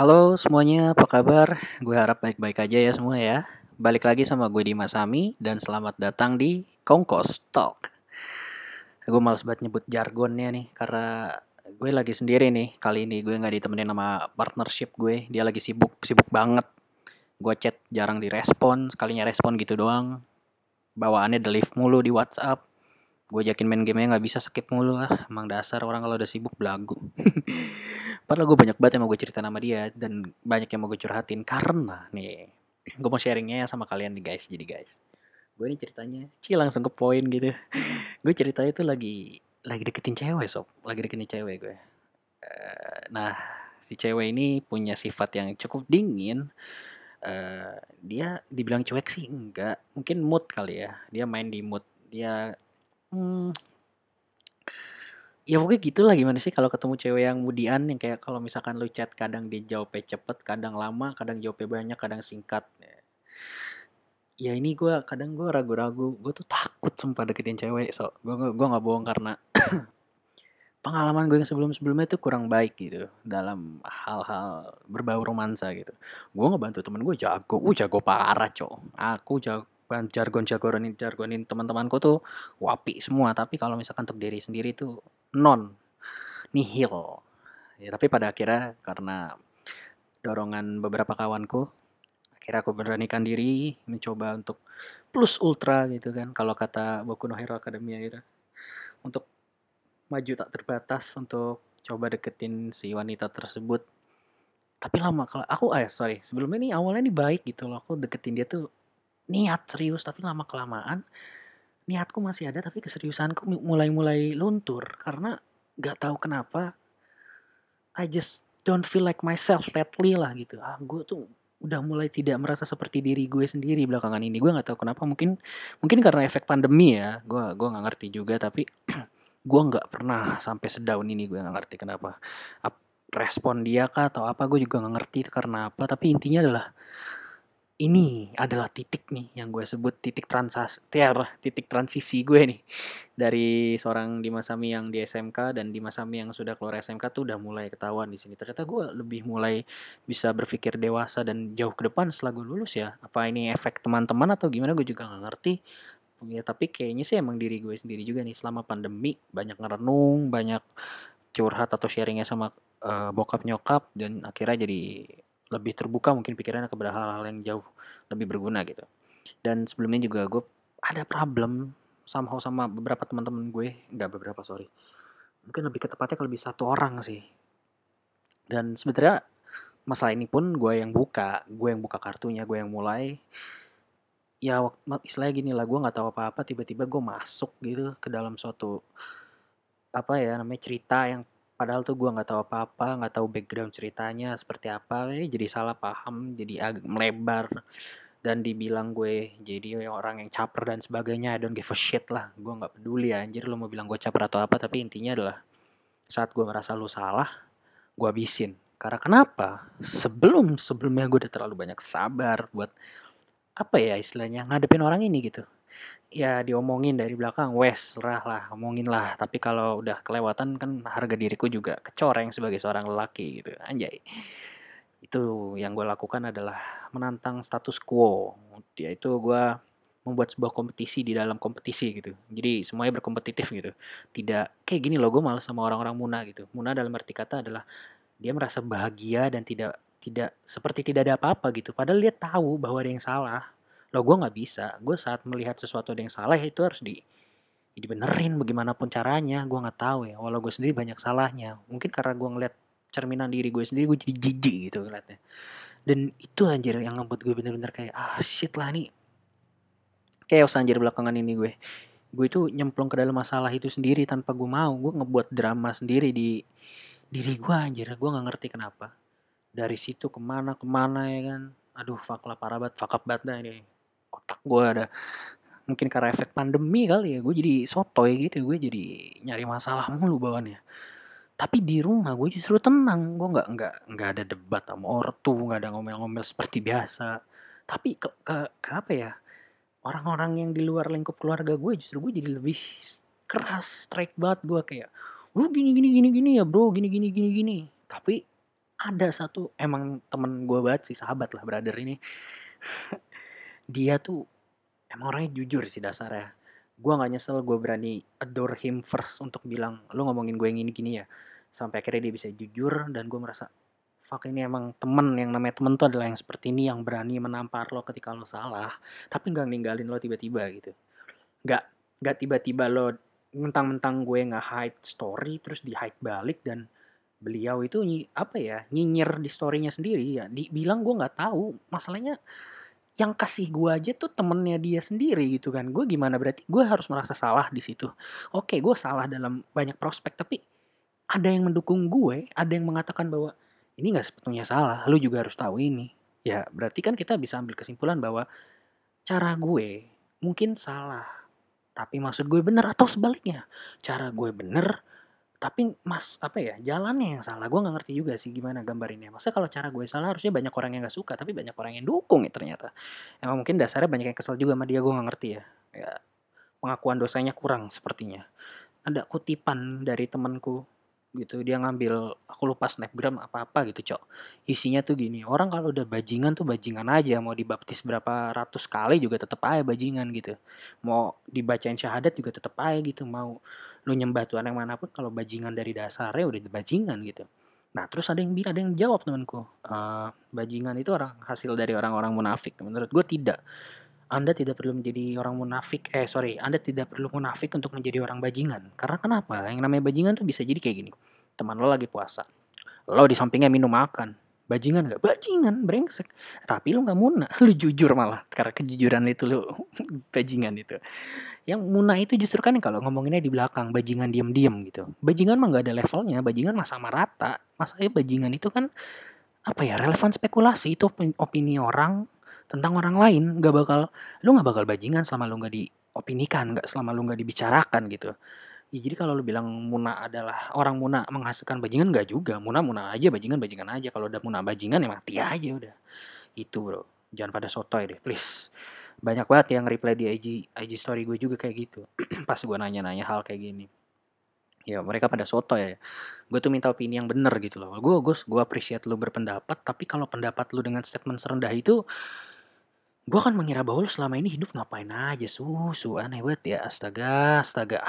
Halo semuanya, apa kabar? Gue harap baik-baik aja ya semua ya. Balik lagi sama gue Dimas Sami dan selamat datang di Kongkos Talk. Gue males banget nyebut jargonnya nih karena gue lagi sendiri nih. Kali ini gue nggak ditemenin sama partnership gue. Dia lagi sibuk, sibuk banget. Gue chat jarang direspon, sekalinya respon gitu doang. Bawaannya delete mulu di WhatsApp. Gue ajakin main gamenya nggak bisa, skip mulu ah. Emang dasar orang kalau udah sibuk belagu. Padahal gue banyak banget yang mau gue cerita sama dia dan banyak yang mau gue curhatin karena nih gue mau sharingnya sama kalian nih guys. Jadi guys, gue ini ceritanya langsung ke poin gitu. Gue ceritanya tuh lagi deketin cewek sob, lagi deketin cewek gue. Nah, si cewek ini punya sifat yang cukup dingin. Dia dibilang cuek sih enggak, mungkin mood kali ya. Dia main di mood. Dia hmm, ya pokoknya gitulah, gimana sih kalau ketemu cewek yang mudian yang kayak kalau misalkan lu chat kadang dia jawabnya cepet, kadang lama, kadang jawabnya banyak, kadang singkat. Ya ini kadang gue ragu-ragu, gue tuh takut sumpah deketin cewek, so gue nggak bohong karena pengalaman gue yang sebelum-sebelumnya tuh kurang baik gitu dalam hal-hal berbau romansa gitu. Gue ngebantu temen gue jago, jago parah cok. Aku jago jargonin jargonin teman-temanku tuh wapi semua, tapi kalau misalkan untuk diri sendiri tuh non nihil. Ya, tapi pada akhirnya karena dorongan beberapa kawanku, akhirnya aku beranikan diri mencoba untuk plus ultra gitu kan. Kalau kata Boku no Hero Academia gitu. Untuk maju tak terbatas untuk coba deketin si wanita tersebut. Tapi lama kalau aku sorry, sebelumnya nih awalnya nih baik gitu loh. Aku deketin dia tuh niat serius, tapi lama kelamaan niatku masih ada tapi keseriusanku mulai-mulai luntur karena nggak tahu kenapa I just don't feel like myself lately lah gitu. Gue tuh udah mulai tidak merasa seperti diri gue sendiri belakangan ini. Gue nggak tahu kenapa. Mungkin mungkin karena efek pandemi ya. Gue nggak ngerti juga. Tapi gue nggak pernah sampai sedaun ini. Gue nggak ngerti kenapa. Respon dia kah atau apa? Gue juga nggak ngerti karena apa. Tapi intinya adalah ini adalah titik nih yang gue sebut titik transisi gue nih dari seorang Dimas Sami yang di SMK dan Dimas Sami yang sudah keluar SMK tuh udah mulai ketahuan di sini. Ternyata gue lebih mulai bisa berpikir dewasa dan jauh ke depan setelah gue lulus ya. Apa ini efek teman-teman atau gimana gue juga nggak ngerti. Ya tapi kayaknya sih emang diri gue sendiri juga nih selama pandemi banyak ngerenung, banyak curhat atau sharingnya sama bokap nyokap dan akhirnya jadi lebih terbuka mungkin pikirannya kepada hal-hal yang jauh lebih berguna gitu. Dan sebelumnya juga gue ada problem somehow sama beberapa teman-teman gue, nggak beberapa sorry, mungkin lebih ke tepatnya ke lebih satu orang sih. Dan sebenarnya masalah ini pun gue yang buka kartunya, gue yang mulai. Ya istilahnya gini lah, gue nggak tahu apa-apa, tiba-tiba gue masuk gitu ke dalam suatu apa ya namanya cerita yang padahal tuh gue nggak tahu apa-apa, nggak tahu background ceritanya seperti apa, jadi salah paham, jadi agak melebar dan dibilang gue jadi orang yang caper dan sebagainya. I don't give a shit lah, gue nggak peduli anjir lu mau bilang gue caper atau apa, tapi intinya adalah saat gue merasa lu salah gue habisin. Karena kenapa? Sebelumnya gue udah terlalu banyak sabar buat apa ya istilahnya ngadepin orang ini gitu. Ya diomongin dari belakang, wes lah omongin lah. Tapi kalau udah kelewatan kan harga diriku juga kecoreng sebagai seorang lelaki gitu. Anjay. Itu yang gue lakukan adalah menantang status quo. Yaitu gue membuat sebuah kompetisi di dalam kompetisi gitu. Jadi semuanya berkompetitif gitu. Tidak kayak gini loh, gue malas sama orang-orang muna gitu. Muna dalam arti kata adalah dia merasa bahagia dan tidak tidak seperti tidak ada apa-apa gitu. Padahal dia tahu bahwa ada yang salah. Loh gue nggak bisa. Gue saat melihat sesuatu ada yang salah itu harus dibenerin bagaimanapun caranya. Gue nggak tahu ya. Walau gue sendiri banyak salahnya. Mungkin karena gue ngeliat cerminan diri gue sendiri, gue jadi jijik gitu ngeliatnya. Dan itu anjir yang ngebuat gue bener-bener kayak shit lah nih. Chaos anjir belakangan ini gue. Gue itu nyemplung ke dalam masalah itu sendiri tanpa gue mau. Gue ngebuat drama sendiri di diri gue anjir. Gue nggak ngerti kenapa. Dari situ kemana ya kan. Aduh fuck lah, parah banget, fuck up banget dah ini. Otak gue ada mungkin karena efek pandemi kali ya, gue jadi sotoy gitu, gue jadi nyari masalah mulu bawaannya. Tapi di rumah gue justru tenang, gue nggak ada debat sama ortu, nggak ada ngomel-ngomel seperti biasa. Tapi ke apa ya, orang-orang yang di luar lingkup keluarga gue justru gue jadi lebih keras, strike banget gue kayak, lu gini gini gini gini ya bro, gini gini gini gini. Tapi ada satu emang temen gue banget sih, sahabat lah, brother ini. Dia tuh emang orangnya jujur sih dasarnya. Gue nggak nyesel gue berani adore him first untuk bilang lu ngomongin gue yang ini gini ya. Sampai akhirnya dia bisa jujur dan gue merasa fuck, ini emang temen. Yang namanya temen tuh adalah yang seperti ini, yang berani menampar lo ketika lo salah, tapi nggak ninggalin lo tiba-tiba gitu. Nggak nggak tiba-tiba lo mentang-mentang gue nge-hide story terus di-hide balik. Dan beliau itu apa ya, nyinyir di storynya sendiri ya, dibilang gue nggak tahu. Masalahnya yang kasih gue aja tuh temennya dia sendiri gitu kan. Gue gimana, berarti gue harus merasa salah di situ? Oke, gue salah dalam banyak prospek, tapi ada yang mendukung gue, ada yang mengatakan bahwa ini nggak sepenuhnya salah, lu juga harus tahu ini. Ya berarti kan kita bisa ambil kesimpulan bahwa cara gue mungkin salah, tapi maksud gue bener, atau sebaliknya, cara gue bener tapi apa ya, jalannya yang salah. Gue nggak ngerti juga sih gimana gambarinnya. Maksudnya kalau cara gue salah harusnya banyak orang yang nggak suka, tapi banyak orang yang dukung ya ternyata. Emang mungkin dasarnya banyak yang kesel juga sama dia, gue nggak ngerti ya. Ya, pengakuan dosanya kurang sepertinya. Ada kutipan dari temanku gitu, dia ngambil, aku lupa snapgram apa-apa gitu, cok. Isinya tuh gini, orang kalau udah bajingan tuh bajingan aja, mau dibaptis berapa ratus kali juga tetap aja bajingan gitu. Mau dibacain syahadat juga tetap aja gitu, mau lu nyembah Tuhan yang manapun, kalau bajingan dari dasarnya udah bajingan gitu. Nah terus ada yang jawab temanku, bajingan itu hasil dari orang-orang munafik. Menurut gue tidak. Anda tidak perlu menjadi orang munafik, Anda tidak perlu munafik untuk menjadi orang bajingan. Karena kenapa? Yang namanya bajingan tuh bisa jadi kayak gini. Teman lo lagi puasa, lo di sampingnya minum makan. Bajingan gak? Bajingan, brengsek. Tapi lo gak muna, lo jujur malah. Karena kejujuran itu lo bajingan itu. Yang muna itu justru kan kalau ngomonginnya di belakang, bajingan diem-diem gitu. Bajingan mah gak ada levelnya, bajingan mah sama rata. Masalahnya bajingan itu kan apa ya, relevan spekulasi, itu opini orang tentang orang lain. Lu nggak bakal bajingan selama lu nggak diopinikan, nggak selama lu nggak dibicarakan gitu ya. Jadi kalau lu bilang muna adalah orang muna menghasilkan bajingan, nggak juga. Muna muna aja, bajingan bajingan aja. Kalau udah muna bajingan ya mati aja udah. Itu bro, jangan pada sotoy deh please. Banyak banget yang reply di IG story gue juga kayak gitu. Pas gue nanya-nanya hal kayak gini, ya mereka pada soto ya. Gue tuh minta opini yang bener gitu loh. Gue appreciate lu berpendapat, tapi kalau pendapat lu dengan statement serendah itu, gue kan mengira bahwa lu selama ini hidup ngapain aja, susu aneh banget ya, astaga, astaga.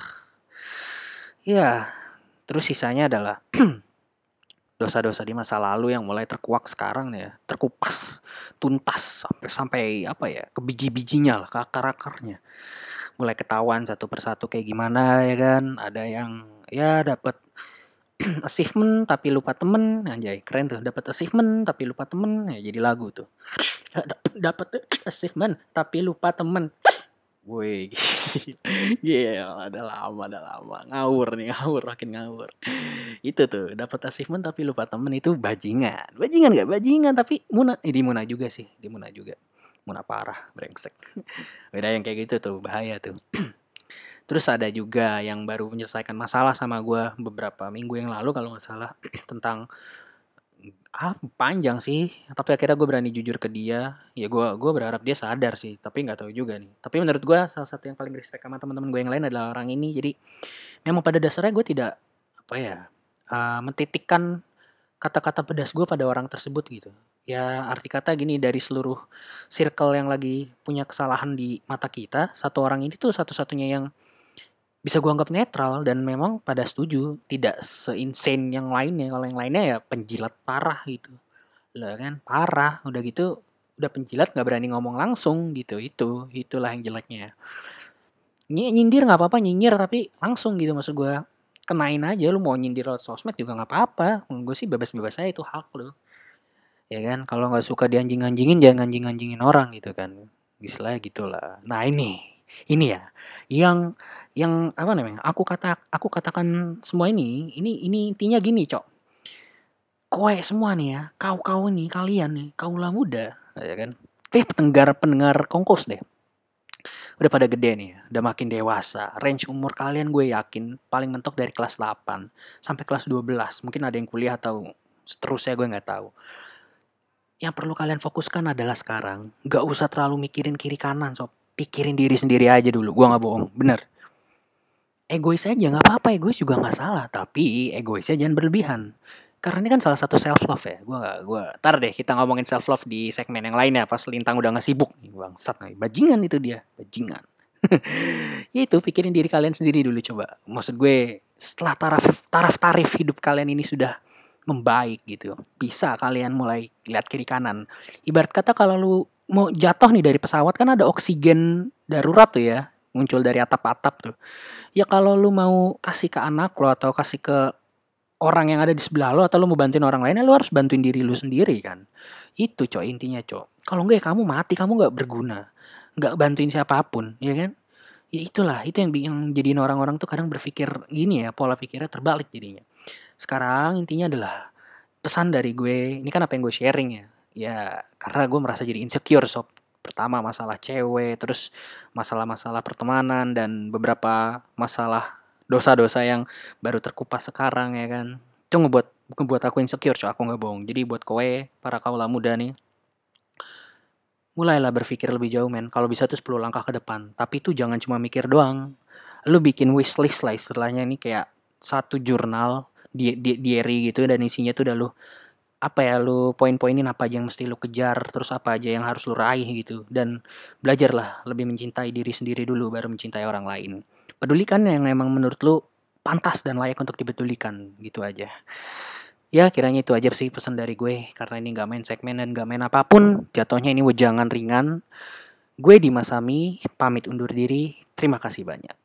Ya, terus sisanya adalah dosa-dosa di masa lalu yang mulai terkuak sekarang ya, terkupas tuntas sampai apa ya, ke biji-bijinya lah, ke akar-akarnya. Mulai ketahuan satu persatu kayak gimana ya kan. Ada yang ya dapat achievement tapi lupa temen, anjay keren tuh, dapat achievement tapi lupa temen, ya jadi lagu tuh. Dapat achievement tapi lupa temen. Woi, gila, ada lama, ngawur nih, makin ngawur. Itu tuh, dapat achievement tapi lupa temen, itu bajingan. Bajingan gak? Bajingan, tapi muna, di muna juga sih, di muna juga. Muna parah, brengsek. Beda yang kayak gitu tuh, bahaya tuh. Terus ada juga yang baru menyelesaikan masalah sama gue beberapa minggu yang lalu kalau nggak salah, tentang panjang sih, tapi akhirnya gue berani jujur ke dia. Ya gue berharap dia sadar sih, tapi nggak tahu juga nih. Tapi menurut gue salah satu yang paling respect sama teman-teman gue yang lain adalah orang ini. Jadi memang pada dasarnya gue tidak apa ya, mentitikkan kata-kata pedas gue pada orang tersebut gitu. Ya arti kata gini, dari seluruh circle yang lagi punya kesalahan di mata kita, satu orang ini tuh satu-satunya yang bisa gue anggap netral dan memang pada setuju, tidak se-insane yang lainnya. Kalau yang lainnya ya penjilat parah gitu. Lah kan parah, udah gitu udah penjilat nggak berani ngomong langsung gitu. Itulah yang jeleknya. Nyindir nggak apa-apa, nyinyir tapi langsung gitu, maksud gue kenain aja. Lu mau nyindir lewat sosmed juga nggak apa-apa. Gue sih bebas-bebas aja, itu hak lu. Ya kan, kalau nggak suka dianjing-anjingin jangan anjing-anjingin orang gitu kan. Istilahnya gitulah. Nah ini ya yang apa namanya? Aku katakan semua ini intinya gini, Cok. Kowe semua nih ya, kau nih, kalian nih, kaulah muda, ya kan? Pendengar Kongkos deh. Udah pada gede nih ya, udah makin dewasa. Range umur kalian gue yakin paling mentok dari kelas 8 sampai kelas 12. Mungkin ada yang kuliah atau seterusnya, gue nggak tahu. Yang perlu kalian fokuskan adalah sekarang, gak usah terlalu mikirin kiri kanan, sob. Pikirin diri sendiri aja dulu, gue gak bohong, bener. Egois aja, gak apa-apa, egois juga gak salah, tapi egoisnya jangan berlebihan. Karena ini kan salah satu self love ya. Tar deh kita ngomongin self love di segmen yang lain ya pas Lintang udah nggak sibuk. Bangsat nih, bajingan itu dia, bajingan. Ya itu pikirin diri kalian sendiri dulu coba. Maksud gue setelah taraf hidup kalian ini sudah membaik gitu. Bisa kalian mulai lihat kiri kanan. Ibarat kata kalau lu mau jatuh nih dari pesawat kan ada oksigen darurat tuh ya, muncul dari atap-atap tuh. Ya kalau lu mau kasih ke anak lo atau kasih ke orang yang ada di sebelah lo atau lo mau bantuin orang lain, ya lo harus bantuin diri lo sendiri kan. Itu Cok intinya Cok. Kalau enggak ya kamu mati, kamu nggak berguna. Nggak bantuin siapapun, ya kan? Ya itulah, itu yang jadiin orang-orang tuh kadang berpikir gini ya, pola pikirnya terbalik jadinya. Sekarang intinya adalah pesan dari gue, ini kan apa yang gue sharing ya. Ya karena gue merasa jadi insecure sob. Pertama masalah cewek, terus masalah-masalah pertemanan dan beberapa masalah dosa-dosa yang baru terkupas sekarang ya kan. Itu ngebuat aku insecure, aku nggak bohong. Jadi buat kowe para kaula muda nih, mulailah berpikir lebih jauh men. Kalau bisa tuh 10 langkah ke depan. Tapi itu jangan cuma mikir doang. Lu bikin wishlist lah istilahnya ini kayak satu jurnal diary gitu dan isinya tuh udah lu apa ya lu poin-poinin apa aja yang mesti lu kejar terus apa aja yang harus lu raih gitu dan belajarlah lebih mencintai diri sendiri dulu baru mencintai orang lain. Pedulikan yang emang menurut lu pantas dan layak untuk dipedulikan gitu aja. Ya kiranya itu aja sih pesan dari gue karena ini gak main segmen dan gak main apapun jatuhnya ini wejangan ringan. Gue Dimas Sami pamit undur diri. Terima kasih banyak.